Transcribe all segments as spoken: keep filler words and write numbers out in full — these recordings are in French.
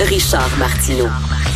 Richard Martineau.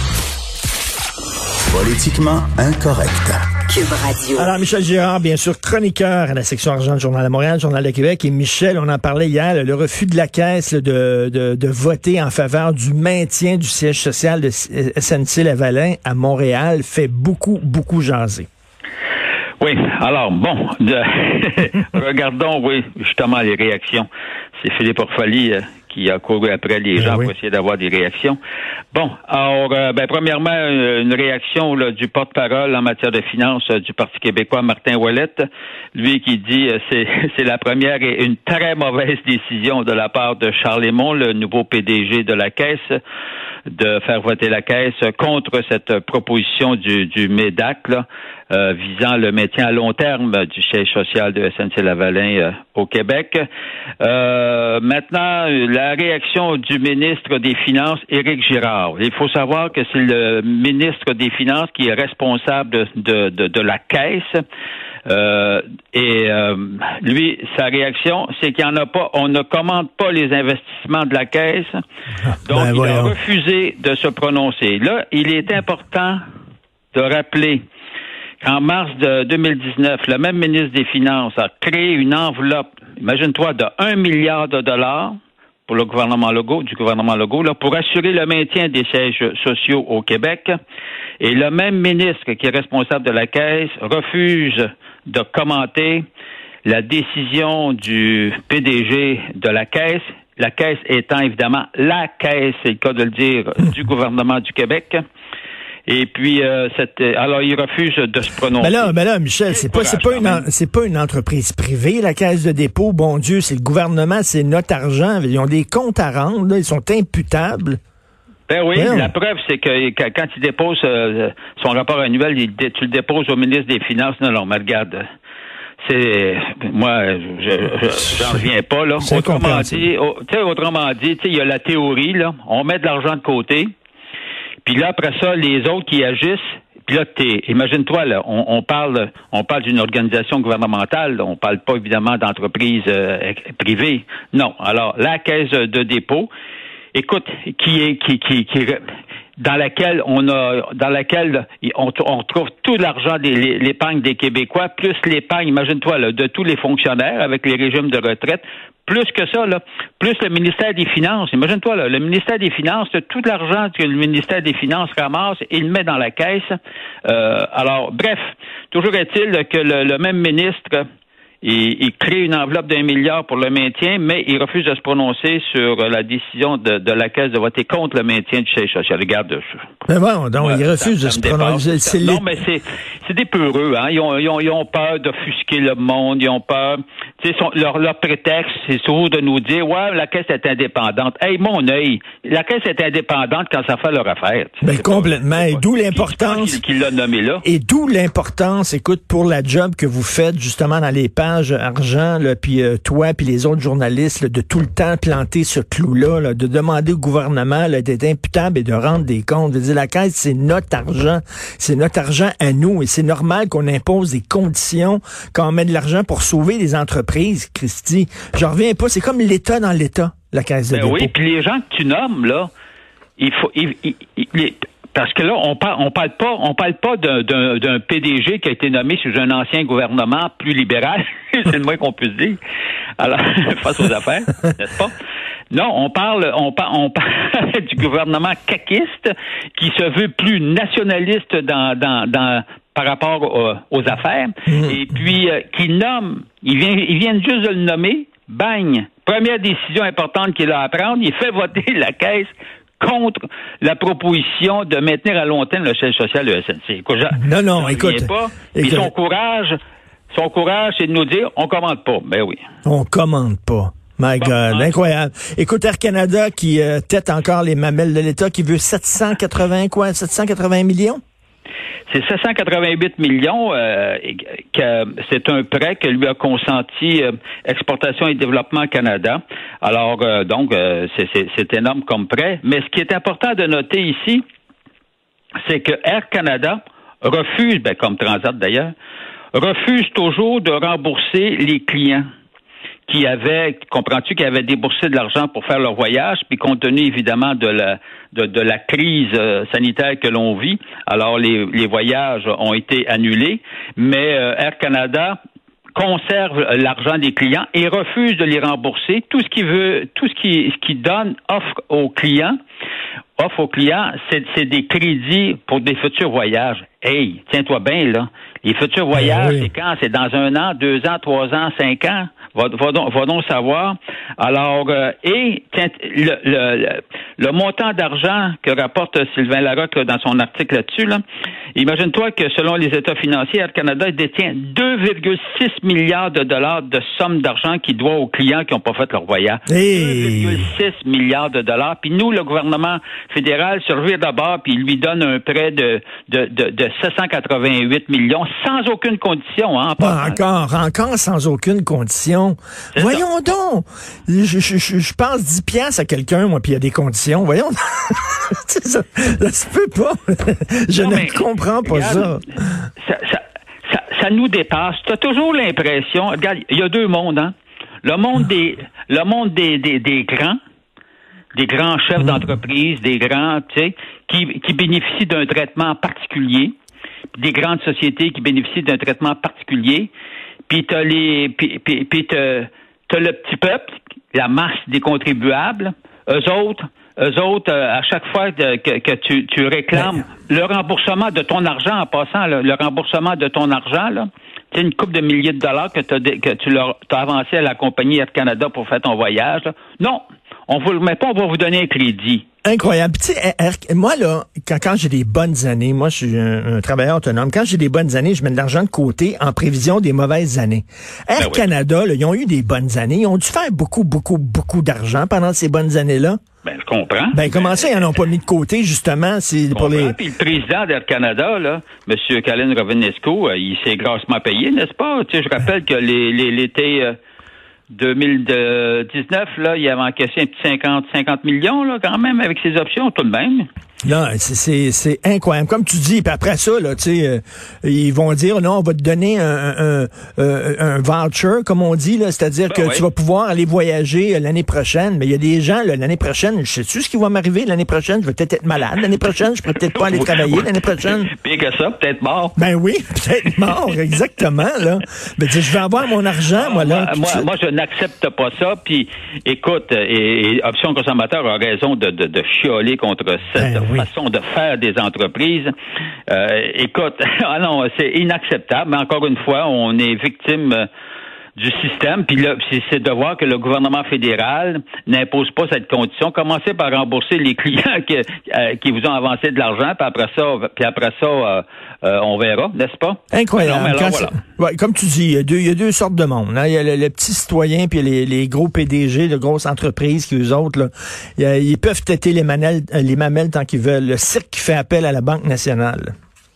Politiquement incorrect. Cube Radio. Alors, Michel Girard, bien sûr, chroniqueur à la section argent du Journal de Montréal, Journal de Québec. Et Michel, on en parlait hier, le refus de la Caisse là, de, de, de voter en faveur du maintien du siège social de S N C-Lavalin à Montréal fait beaucoup, beaucoup jaser. Oui, alors, bon, de, regardons, oui, justement, les réactions. C'est Philippe Orfali euh, qui a couru après les gens oui. pour essayer d'avoir des réactions. Bon, alors, euh, ben, premièrement, une réaction là, du porte-parole en matière de finances euh, du Parti québécois, Martin Ouellette, lui qui dit euh, c'est c'est la première et une très mauvaise décision de la part de Charles Lemond, le nouveau P D G de la Caisse, de faire voter la Caisse contre cette proposition du, du M E D A C, là, euh, visant le maintien à long terme du siège social de S N C-Lavalin euh, au Québec. Euh, maintenant, la réaction du ministre des Finances, Éric Girard. Il faut savoir que c'est le ministre des Finances qui est responsable de, de, de, de la Caisse. Euh, et euh, lui, sa réaction, c'est qu'il n'y en a pas, on ne commande pas les investissements de la Caisse. Donc, ben, il voyons. a refusé de se prononcer. Là, il est important de rappeler qu'en mars de deux mille dix-neuf, le même ministre des Finances a créé une enveloppe, imagine-toi, de un milliard de dollars pour le gouvernement Legault, du gouvernement Legault, là, pour assurer le maintien des sièges sociaux au Québec. Et le même ministre qui est responsable de la Caisse refuse de commenter la décision du P D G de la Caisse, la Caisse étant évidemment la Caisse, c'est le cas de le dire, du gouvernement du Québec. Et puis, euh, cette, alors, il refuse de se prononcer. Mais là, mais là, Michel, c'est pas, c'est pas une, en, c'est pas une entreprise privée, la Caisse de dépôt. Bon Dieu, c'est le gouvernement, c'est notre argent. Ils ont des comptes à rendre, là, ils sont imputables. Ben oui, ouais, la preuve, c'est que quand il dépose euh, son rapport annuel, il, tu le déposes au ministre des Finances. Non, non, mais regarde, c'est, moi, je, je, j'en reviens pas, là. C'est autrement dit, au, tu sais, autrement dit, tu sais, il y a la théorie, là. On met de l'argent de côté. Puis là, après ça, les autres qui agissent, puis là, t'es, imagine-toi, là, on, on parle on parle d'une organisation gouvernementale, là, on parle pas évidemment d'entreprise euh, privée. Non. Alors, la Caisse de dépôt, écoute, qui est qui qui qui dans laquelle on a dans laquelle on, on trouve tout l'argent des l'épargne des Québécois, plus l'épargne, imagine-toi, là, de tous les fonctionnaires avec les régimes de retraite. Plus que ça, là, plus le ministère des Finances. Imagine-toi, là, le ministère des Finances, tout l'argent que le ministère des Finances ramasse, il le met dans la caisse. Euh, alors, bref, toujours est-il que le, le même ministre, il, il crée une enveloppe d'un milliard pour le maintien, mais il refuse de se prononcer sur la décision de, de la Caisse de voter contre le maintien du siège social. Regarde. Mais bon, donc, ouais, il refuse ça, de se prononcer. C'est non, mais c'est, c'est des peureux, hein. Ils ont, ils ont, ils ont peur d'offusquer le monde, ils ont peur. Tu sais, leur, leur prétexte, c'est toujours de nous dire, ouais, la Caisse est indépendante. Hey, mon œil, la Caisse est indépendante quand ça fait leur affaire. Ben, complètement. Pas, et d'où l'importance. Qui, qui l'a nommé là. Et d'où l'importance, écoute, pour la job que vous faites, justement, dans les pages argent, là, puis euh, toi, puis les autres journalistes, là, de tout le temps planter ce clou-là, là, de demander au gouvernement là, d'être imputable et de rendre des comptes. De dire, la Caisse, c'est notre argent. C'est notre argent à nous. Et c'est normal qu'on impose des conditions quand on met de l'argent pour sauver les entreprises, Christy. Je reviens pas. C'est comme l'État dans l'État, la Caisse de ben dépôt. Oui, puis les gens que tu nommes, là, il faut... Il, il, il, il, Parce que là, on parle, on parle pas, on parle pas d'un, d'un, d'un P D G qui a été nommé sous un ancien gouvernement plus libéral, c'est le moins qu'on puisse dire. Alors, face aux affaires, n'est-ce pas? Non, on parle, on parle, on parle du gouvernement caquiste qui se veut plus nationaliste dans, dans, dans par rapport aux, aux affaires, mmh. et puis euh, qui nomme, ils viennent, ils viennent juste de le nommer, bang, première décision importante qu'il a à prendre, il fait voter la Caisse contre la proposition de maintenir à long terme le siège social de S N C. Écoute, non, non, écoute. Pas. écoute son courage, son courage, c'est de nous dire, on commande pas. Ben oui. On commande pas. My bon, God, incroyable. Écoute, Air Canada qui euh, tête encore les mamelles de l'État, qui veut sept cent quatre-vingts quoi, sept cent quatre-vingts millions? C'est sept cent quatre-vingt-huit millions. Euh, que c'est un prêt que lui a consenti euh, Exportation et Développement Canada. Alors, euh, donc, euh, c'est, c'est, c'est énorme comme prêt. Mais ce qui est important de noter ici, c'est que Air Canada refuse, ben, comme Transat d'ailleurs, refuse toujours de rembourser les clients qui avaient, comprends-tu, qui avaient déboursé de l'argent pour faire leur voyage, puis compte tenu évidemment de la de, de la crise euh, sanitaire que l'on vit, alors les, les voyages ont été annulés, mais euh, Air Canada conserve l'argent des clients et refuse de les rembourser. Tout ce qui veut, tout ce qui, ce qui donne, offre aux clients, offre aux clients, c'est, c'est des crédits pour des futurs voyages. Hey, tiens-toi bien, là. Les futurs voyages, oui. C'est quand? C'est dans un an, deux ans, trois ans, cinq ans? Va, va, donc, va donc savoir. Alors, euh, et tiens, le, le, le montant d'argent que rapporte Sylvain Larocque là, dans son article là-dessus, là, imagine-toi que selon les états financiers, Air Canada détient deux virgule six milliards de dollars de somme d'argent qu'il doit aux clients qui n'ont pas fait leur voyage. Hey. deux virgule six milliards de dollars. Puis nous, le gouvernement fédéral se revire d'abord puis il lui donne un prêt de, de, de, de sept cent quatre-vingt-huit millions sans aucune condition. Hein, pas encore, encore sans aucune condition. C'est Voyons ça. donc. Je, je, je, je passe dix piastres à quelqu'un, moi, puis il y a des conditions. Voyons. ça, ça se peut pas. Je non, ne mais, comprends pas regarde, ça. Ça, ça, ça. Ça nous dépasse. Tu as toujours l'impression, regarde, il y a deux mondes, hein. Le monde des le monde des, des, des grands, des grands chefs mmh. d'entreprise, des grands, tu sais, qui, qui bénéficient d'un traitement particulier, des grandes sociétés qui bénéficient d'un traitement particulier, puis t'as les puis, puis, puis t'as, t'as le petit peuple, la masse des contribuables, eux autres, eux autres, à chaque fois que, que tu, tu réclames le remboursement de ton argent en passant, le, le remboursement de ton argent, là, tu sais, une couple de milliers de dollars que, t'as, que tu leur as avancé à la compagnie Air Canada pour faire ton voyage, là. Non, on vous le met pas, on va vous donner un crédit. Incroyable. Tu sais, moi, là, quand, quand j'ai des bonnes années, moi, je suis un, un travailleur autonome, quand j'ai des bonnes années, je mets de l'argent de côté en prévision des mauvaises années. Air ben Canada, oui. là, ils ont eu des bonnes années. Ils ont dû faire beaucoup, beaucoup, beaucoup d'argent pendant ces bonnes années-là. Ben, je comprends. Ben, comment ça, ils n'en ont pas mis de côté, justement? C'est pour les... Puis le président d'Air Canada, là, M. Calin Rovinesco, il s'est grassement payé, n'est-ce pas? Tu sais, je rappelle que les, les, l'été... Euh, deux mille dix-neuf, là, il avait encaissé un petit cinquante, cinquante millions, là, quand même, avec ses options, tout de même. Non, c'est, c'est, c'est incroyable. Comme tu dis, puis après ça, là, tu sais, euh, ils vont dire, non, on va te donner un, un, un, un voucher, comme on dit, là, c'est-à-dire ben que oui. tu vas pouvoir aller voyager l'année prochaine. Mais il y a des gens, là, l'année prochaine, je sais-tu ce qui va m'arriver l'année prochaine? Je vais peut-être être malade l'année prochaine, je pourrais peut-être pas aller travailler l'année prochaine. Pire que ça, peut-être mort. Ben oui, peut-être mort, exactement, là. Ben, je vais avoir mon argent, moi, là. Moi, moi, moi, je n'accepte pas ça, puis écoute, et, et Option Consommateur a raison de, de, de chialer contre cette ben, oui. façon de faire des entreprises. Euh, écoute, ah non, c'est inacceptable, mais encore une fois, on est victime euh, du système, puis là, c'est de voir que le gouvernement fédéral n'impose pas cette condition. Commencez par rembourser les clients qui, euh, qui vous ont avancé de l'argent, puis après ça, puis après ça, euh, euh, on verra, n'est-ce pas? Incroyable. Non, mais alors, voilà. Ouais, comme tu dis, il y a deux, il y a deux sortes de monde. Hein. Il y a le, le petit citoyen puis les, les gros P D G de grosses entreprises qui, eux autres, là, ils, ils peuvent têter les, manelles, les mamelles tant qu'ils veulent. Le cirque qui fait appel à la Banque nationale.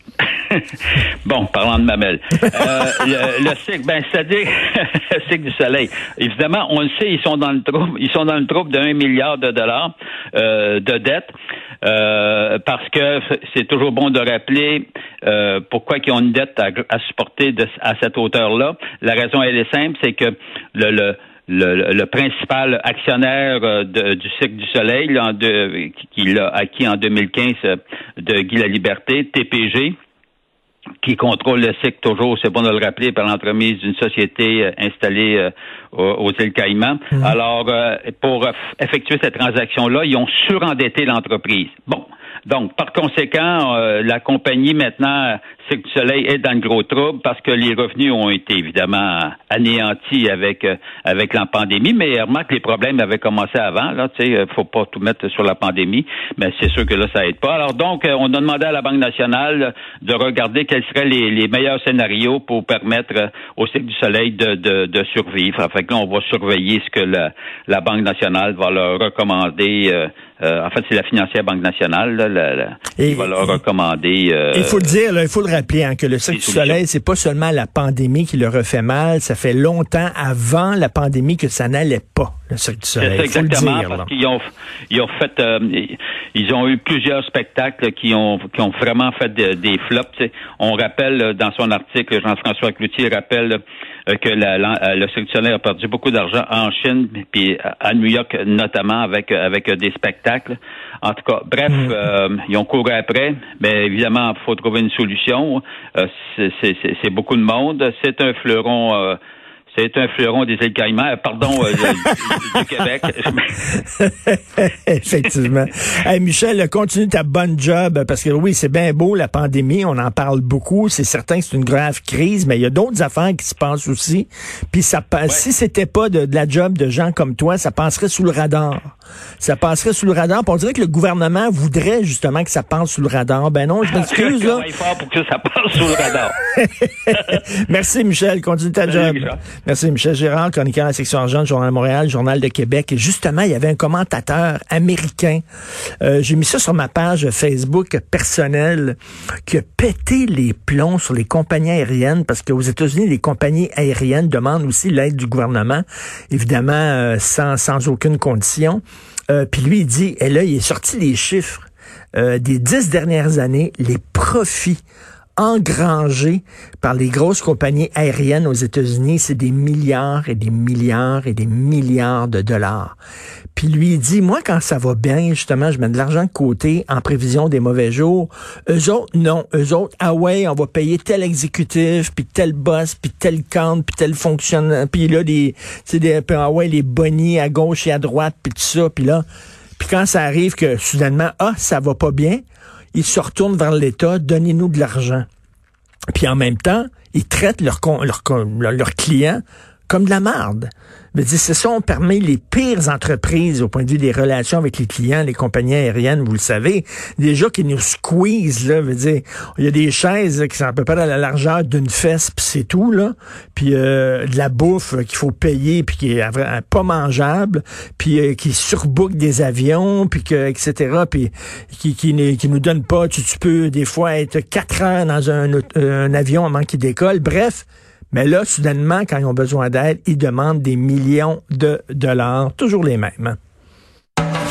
Bon, parlant de mamelles. Euh, le, le cirque, ben, c'est-à-dire le cirque du soleil. Évidemment, on le sait, ils sont dans le trouble. Ils sont dans le trouble d'un milliard de dollars euh, de dette. Euh, parce que c'est toujours bon de rappeler euh, pourquoi ils ont une dette à, à supporter de, à cette hauteur-là. La raison, elle est simple, c'est que le, le Le, le principal actionnaire de, du Cirque du Soleil, là, de, qui l'a acquis en deux mille quinze de Guy Laliberté, T P G, qui contrôle le Cirque toujours, c'est bon de le rappeler, par l'entremise d'une société installée euh, aux, aux îles Caïmans. Mmh. Alors, euh, pour effectuer cette transaction-là, ils ont surendetté l'entreprise. Bon. Donc, par conséquent, euh, la compagnie, maintenant, Cirque du Soleil, est dans le gros trouble parce que les revenus ont été, évidemment, anéantis avec euh, avec la pandémie. Mais remarque que les problèmes avaient commencé avant. Là, tu sais, faut pas tout mettre sur la pandémie. Mais c'est sûr que là, ça aide pas. Alors, donc, euh, on a demandé à la Banque nationale de regarder quels seraient les, les meilleurs scénarios pour permettre euh, au Cirque du Soleil de, de, de survivre. Fait que là, on va surveiller ce que la, la Banque nationale va leur recommander. Euh, Euh, en fait, c'est la financière Banque nationale là, la, la, et, qui va leur recommander. Euh, il faut le dire, là, il faut le rappeler, hein, que le Cirque du Soleil, c'est pas seulement la pandémie qui leur a fait mal. Ça fait longtemps avant la pandémie que ça n'allait pas. Le Cirque du Soleil. C'est exactement, dire, parce qu'ils ont, ils ont fait, euh, ils ont eu plusieurs spectacles qui ont, qui ont vraiment fait de, des flops. T'sais. On rappelle dans son article, Jean-François Cloutier rappelle euh, que la, la, le Cirque du Soleil a perdu beaucoup d'argent en Chine, puis à New York notamment avec avec des spectacles. En tout cas, bref, mmh. euh, ils ont couru après, mais évidemment, il faut trouver une solution. Euh, c'est, c'est, c'est beaucoup de monde. C'est un fleuron. Euh, C'est un fleuron des îles Caïmans, pardon, euh, du, du Québec. Effectivement. Hey, Michel, continue ta bonne job, parce que oui, c'est bien beau, la pandémie, on en parle beaucoup, c'est certain que c'est une grave crise, mais il y a d'autres affaires qui se passent aussi. Puis ça, ouais. si c'était pas de, de la job de gens comme toi, ça passerait sous le radar. Ça passerait sous le radar. Puis on dirait que le gouvernement voudrait justement que ça passe sous le radar. Ben non, je m'excuse, là. Fort pour que ça passe sous le radar. Merci, Michel. Continue ta job. Michel. Merci, Michel Gérard, chroniqueur à la section argent du Journal de Montréal, Journal de Québec. Et justement, il y avait un commentateur américain. Euh, j'ai mis ça sur ma page Facebook personnelle qui a pété les plombs sur les compagnies aériennes parce qu'aux États-Unis, les compagnies aériennes demandent aussi l'aide du gouvernement, évidemment, euh, sans, sans aucune condition. Euh, puis lui, il dit, et là, il est sorti les chiffres euh, des dix dernières années, les profits engrangés par les grosses compagnies aériennes aux États-Unis, c'est des milliards et des milliards et des milliards de dollars. Puis lui, il dit, moi, quand ça va bien, justement, je mets de l'argent de côté en prévision des mauvais jours. Eux autres, non. Eux autres, ah ouais, on va payer tel exécutif, puis tel boss, puis tel cadre, puis tel fonctionnaire, puis là, des, tu sais, des, ah ouais, les bonnies à gauche et à droite, puis tout ça, puis là, puis quand ça arrive que, soudainement, ah, ça va pas bien, ils se retournent vers l'État, donnez-nous de l'argent. Puis en même temps, ils traitent leurs leur, leur, leur clients comme de la marde. C'est ça, on permet les pires entreprises au point de vue des relations avec les clients, les compagnies aériennes, vous le savez, déjà qui nous squeeze, là, veut dire, il y a des chaises là, qui sont à peu près à la largeur d'une fesse, puis c'est tout, là, puis euh, de la bouffe qu'il faut payer, puis qui est pas mangeable, puis euh, qui surbook des avions, puis que, et cetera, puis qui, qui, qui nous donne pas, tu, tu peux des fois être quatre heures dans un, un avion avant qu'il décolle, bref. Mais là, soudainement, quand ils ont besoin d'aide, ils demandent des millions de dollars, toujours les mêmes.